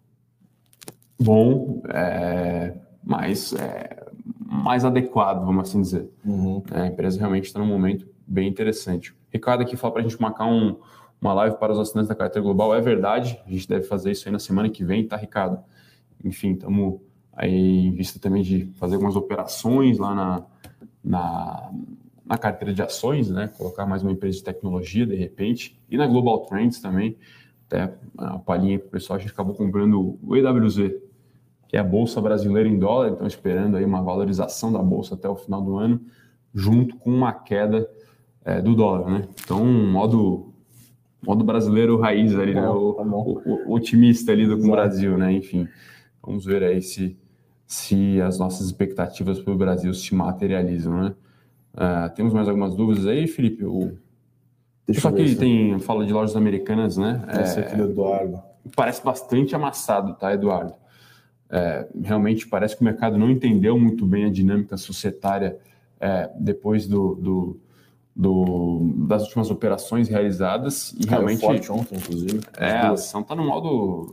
bom, é, mais, é, mais adequado, vamos assim dizer. Uhum. A empresa realmente está num momento bem interessante. Ricardo aqui fala para a gente marcar um, uma live para os assinantes da Carteira Global. É verdade, a gente deve fazer isso aí na semana que vem, tá, Ricardo? Enfim, estamos aí em vista também de fazer algumas operações lá na, na, na carteira de ações, né? Colocar mais uma empresa de tecnologia, de repente, e na Global Trends também. Até a palhinha para o pessoal, a gente acabou comprando o E W Z, que é a Bolsa Brasileira em dólar, então esperando aí uma valorização da Bolsa até o final do ano, junto com uma queda é, do dólar, né? Então, modo, modo brasileiro raiz ali, né? O, Tá o, o otimista ali do com o Exato. Brasil, né? Enfim, vamos ver aí se, se as nossas expectativas para o Brasil se materializam, né? Uh, temos mais algumas dúvidas aí, Felipe? O... Deixa Só eu que ver se tem, fala de lojas americanas, né? esse aqui do Eduardo. Parece bastante amassado, tá, Eduardo? É, realmente parece que o mercado não entendeu muito bem a dinâmica societária é, depois do, do, do, das últimas operações realizadas e Caiu realmente forte ontem, inclusive. é, a ação está no modo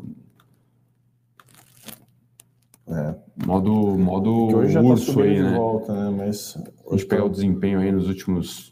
É. modo modo Que hoje já urso tá subindo aí, de né? volta, né? Mas A gente pegar o desempenho aí nos últimos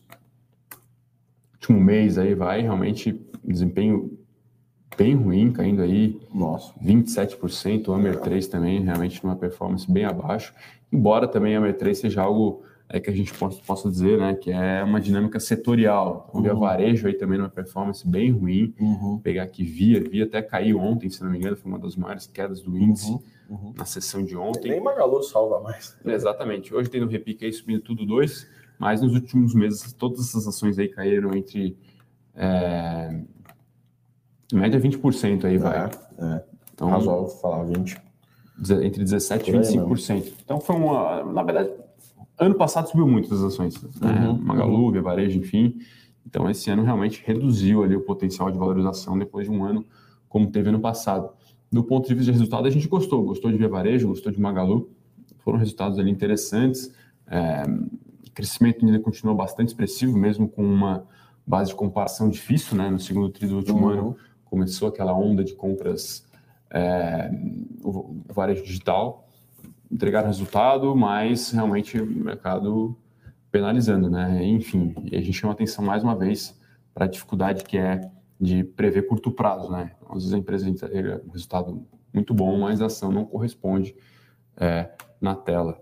último mês aí vai realmente desempenho bem ruim, caindo aí Nossa. vinte e sete por cento, o Amer três também, realmente numa performance bem abaixo, embora também o Amer três seja algo é, que a gente possa, possa dizer, né, que é uma dinâmica setorial, onde uhum. a varejo aí também numa performance bem ruim, uhum. pegar aqui Via, Via até caiu ontem, se não me engano, foi uma das maiores quedas do índice uhum. Uhum. na sessão de ontem. Nem Magalu salva mais. Exatamente, hoje tem no repique aí subindo tudo dois, mas nos últimos meses todas essas ações aí caíram entre... É, em média vinte por cento aí, vai. É, então, razoável falar vinte. Entre dezessete e vinte e cinco por cento. Então foi uma... Na verdade, ano passado subiu muito as ações. Né? Uhum, Magalu, uhum. Via Varejo, enfim. Então esse ano realmente reduziu ali o potencial de valorização depois de um ano como teve ano passado. Do ponto de vista de resultado, a gente gostou. Gostou de Via Varejo, gostou de Magalu. Foram resultados ali interessantes. É, o crescimento ainda continuou bastante expressivo, mesmo com uma base de comparação difícil, né? No segundo tri do último uhum. ano, começou aquela onda de compras, é, o varejo digital, entregaram resultado, mas realmente o mercado penalizando, né? Enfim, e a gente chama atenção mais uma vez para a dificuldade que é de prever curto prazo, né? Às vezes a empresa entrega um resultado muito bom, mas a ação não corresponde é, na tela.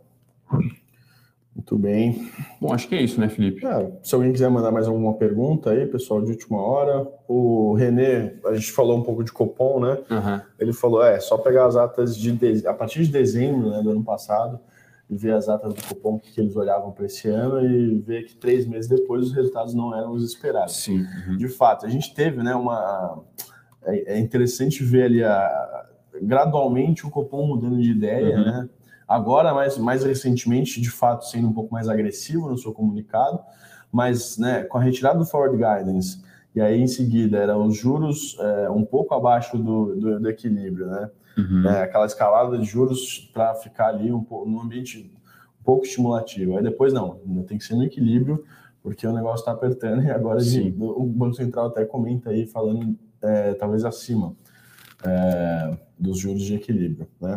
Muito bem. Bom, acho que é isso, né, Felipe? É, se alguém quiser mandar mais alguma pergunta aí, pessoal, de última hora. O Renê, a gente falou um pouco de Copom, né? Uhum. Ele falou, é, só pegar as atas de, de a partir de dezembro, né, do ano passado, e ver as atas do Copom que eles olhavam para esse ano e ver que três meses depois os resultados não eram os esperados. Sim. Uhum. De fato, a gente teve, né, uma... É, é interessante ver ali a, gradualmente o Copom mudando de ideia, uhum. né? Agora, mais, mais recentemente, de fato, sendo um pouco mais agressivo no seu comunicado, mas, né, com a retirada do Forward Guidance, e aí em seguida eram os juros é, um pouco abaixo do, do, do equilíbrio, né? Uhum. É, aquela escalada de juros para ficar ali um pouco, num ambiente um pouco estimulativo. Aí depois, não, tem que ser no equilíbrio, porque o negócio está apertando e agora de, o Banco Central até comenta aí, falando é, talvez acima é, dos juros de equilíbrio, né?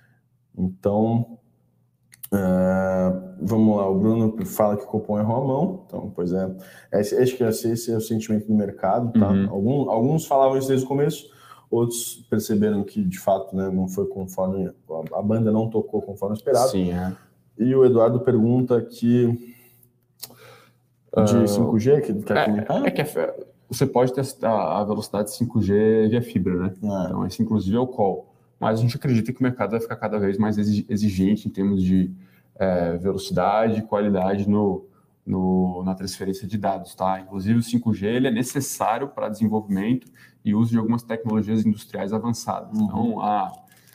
Então, uh, vamos lá, o Bruno fala que o Copom errou a mão, então, pois é, esse, acho que esse, esse é o sentimento do mercado, tá? Uhum. Algum, alguns falavam isso desde o começo, outros perceberam que, de fato, né, não foi conforme, a, a banda não tocou conforme esperado. Sim, é. E o Eduardo pergunta que de uh, cinco G, que quer é, comentar? É que é, você pode testar a velocidade cinco G via fibra, né? É. Então, esse inclusive é o call. Mas a gente acredita que o mercado vai ficar cada vez mais exigente em termos de é, velocidade e qualidade no, no, na transferência de dados, tá? Inclusive o cinco G ele é necessário para desenvolvimento e uso de algumas tecnologias industriais avançadas. Uhum. Então, a,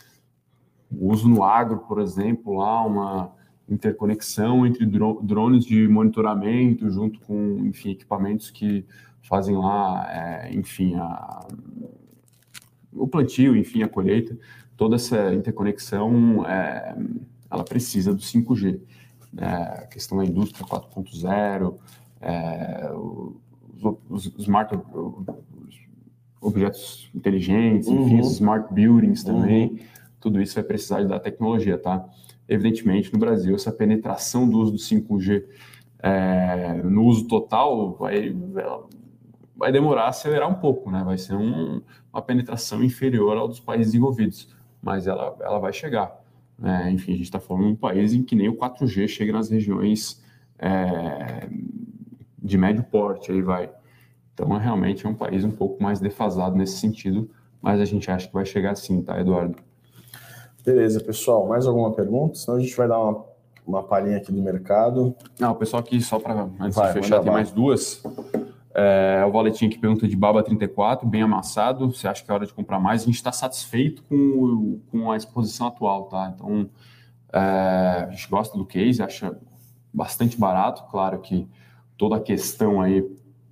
o uso no agro, por exemplo, lá uma interconexão entre drones de monitoramento junto com, enfim, equipamentos que fazem lá, é, enfim, a... o plantio, enfim, a colheita, toda essa interconexão, é, ela precisa do cinco G. É, a questão da indústria quatro ponto zero, é, os, os smart os objetos inteligentes, Uhum. enfim, os smart buildings também, uhum. tudo isso vai precisar da tecnologia, tá? Evidentemente, no Brasil, essa penetração do uso do cinco G é, no uso total vai, vai demorar a acelerar um pouco, né? Vai ser um, uma penetração inferior ao dos países desenvolvidos, mas ela, ela vai chegar. É, enfim, a gente está falando de um país em que nem o quatro G chega nas regiões é, de médio porte, aí vai. Então, é, realmente é um país um pouco mais defasado nesse sentido, mas a gente acha que vai chegar sim, tá, Eduardo? Beleza, pessoal. Mais alguma pergunta? Senão a gente vai dar uma, uma palhinha aqui do mercado. Não, o pessoal aqui, só para antes vai, de fechar, tem vai. mais duas. É, o Valetinho que pergunta de Baba trinta e quatro, bem amassado. Você acha que é hora de comprar mais? A gente está satisfeito com, com a exposição atual, tá? Então, é, a gente gosta do case, acha bastante barato. Claro que toda a questão aí,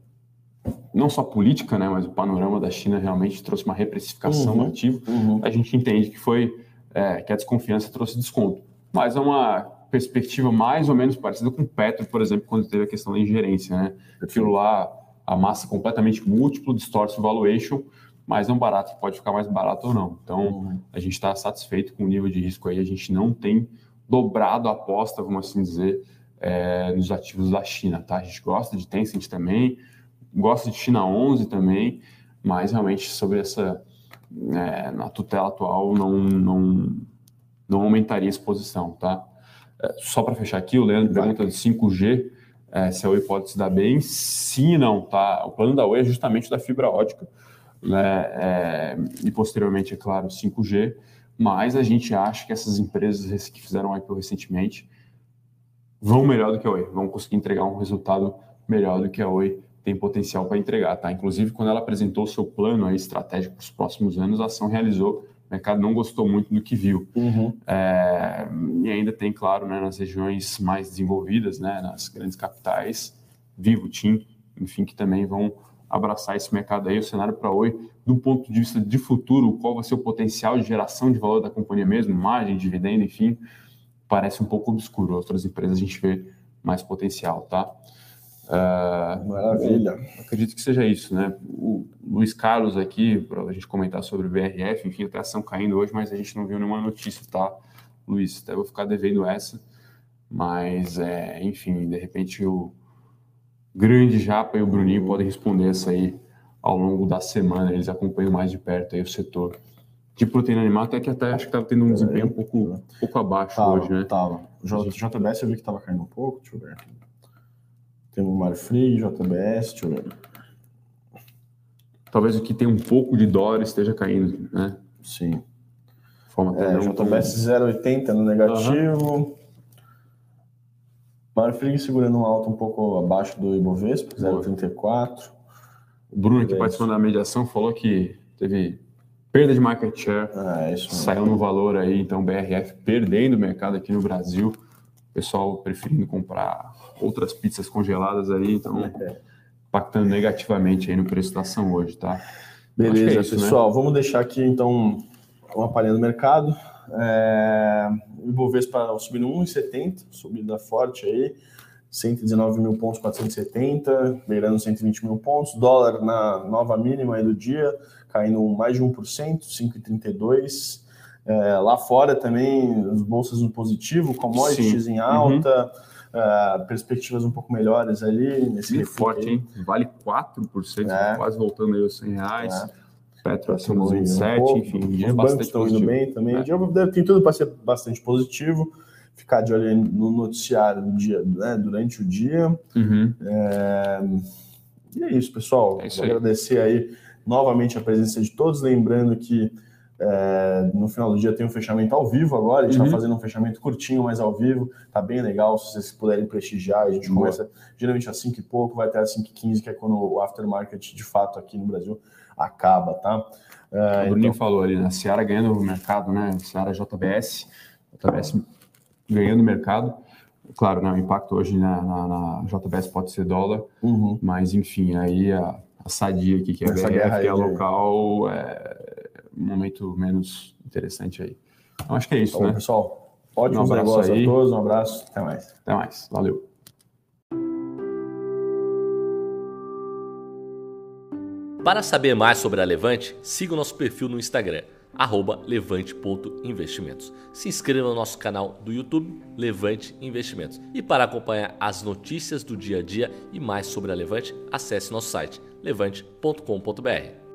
não só política, né, mas o panorama da China realmente trouxe uma reprecificação uhum, do ativo. Uhum. A gente entende que foi é, que a desconfiança trouxe desconto, mas é uma perspectiva mais ou menos parecida com o Petro, por exemplo, quando teve a questão da ingerência, né? Aquilo lá, a massa completamente múltiplo, distorce o valuation, mas é um barato que pode ficar mais barato ou não. Então, uhum. a gente está satisfeito com o nível de risco aí, a gente não tem dobrado a aposta, vamos assim dizer, é, nos ativos da China, tá? A gente gosta de Tencent também, gosta de China onze também, mas realmente sobre essa, é, na tutela atual, não, não, não aumentaria a exposição, tá? É, só para fechar aqui, o Leandro Vai. pergunta de cinco G, é, se a Oi pode se dar bem. Sim e não, tá? O plano da Oi é justamente da fibra ótica, né? É, e posteriormente, é claro, cinco G, mas a gente acha que essas empresas que fizeram I P O recentemente vão melhor do que a Oi, vão conseguir entregar um resultado melhor do que a Oi tem potencial para entregar, tá? Inclusive, quando ela apresentou o seu plano aí, estratégico para os próximos anos, a ação realizou, o mercado não gostou muito do que viu. Uhum. É, e ainda tem, claro, né, nas regiões mais desenvolvidas, né, nas grandes capitais, Vivo, TIM, enfim, que também vão abraçar esse mercado aí. O cenário para a Oi, do ponto de vista de futuro, qual vai ser o potencial de geração de valor da companhia mesmo, margem, dividendo, enfim, parece um pouco obscuro. Outras empresas a gente vê mais potencial, tá? Uh, Maravilha. Bom, acredito que seja isso, né? O Luiz Carlos aqui, para a gente comentar sobre o B R F, enfim, até a ação caindo hoje, mas a gente não viu nenhuma notícia, tá? Luiz, até vou ficar devendo essa, mas, é, enfim, de repente o grande Japa e o Bruninho podem responder essa aí ao longo da semana, eles acompanham mais de perto aí o setor de proteína animal, até que até acho que estava tendo um desempenho um pouco, um pouco abaixo tava, hoje, né? Tava. J, J B S eu vi que estava caindo um pouco, deixa eu ver. Tem o Marfrig, J B S, deixa eu ver. Talvez o que tem um pouco de dólar esteja caindo, né? Sim. Forma é, J B S zero vírgula oitenta no negativo. Uhum. Marfrig segurando um alto um pouco abaixo do Ibovespa, zero vírgula trinta e quatro. O Bruno, aqui participando da mediação, falou que teve perda de market share, ah, isso saiu no valor aí, então B R F perdendo o mercado aqui no Brasil, o pessoal preferindo comprar outras pizzas congeladas aí, então é. impactando negativamente aí no preço da ação hoje, tá? Beleza, é isso, pessoal, né? Vamos deixar aqui então uma palhinha do mercado. É... O Ibovespa subindo um vírgula setenta, subida forte aí, cento e dezenove mil pontos, quatrocentos e setenta, beirando cento e vinte mil pontos, dólar na nova mínima aí do dia, caindo mais de um por cento, cinco vírgula trinta e dois. É, lá fora também, as bolsas no positivo, commodities Sim. em alta, uhum. uh, perspectivas um pouco melhores ali. Nesse Muito forte, hein? Vale quatro por cento, é. quase voltando aí aos cem reais. É. Petro acima dos vinte e sete, um enfim. Os bancos estão positivo. indo bem também. É. Dia, tem tudo para ser bastante positivo. Ficar de olho no noticiário do dia, né, durante o dia. Uhum. É... E é isso, pessoal. É isso Vou aí. agradecer aí novamente a presença de todos. Lembrando que é, no final do dia tem um fechamento ao vivo agora. A gente está uhum. fazendo um fechamento curtinho, mas ao vivo. Tá bem legal. Se vocês puderem prestigiar, a gente Boa. começa geralmente às cinco e pouco, vai até às cinco e quinze, que é quando o aftermarket de fato aqui no Brasil acaba, tá? É, o Bruninho então... falou ali, né? Seara ganhando o mercado, né? Seara J B S. J B S ganhando o mercado. Claro, né, o impacto hoje na, na, na J B S pode ser dólar, uhum. mas enfim, aí a, a Sadia aqui, que é a B R F, que é local, é um momento menos interessante aí. Então, acho que é isso, Bom, né? pessoal, ótimos Um abraço negócios aí. a todos, um abraço, até mais. Até mais, valeu. Para saber mais sobre a Levante, siga o nosso perfil no Instagram, arroba levante ponto investimentos. Se inscreva no nosso canal do YouTube, Levante Investimentos. E para acompanhar as notícias do dia a dia e mais sobre a Levante, acesse nosso site levante ponto com ponto br.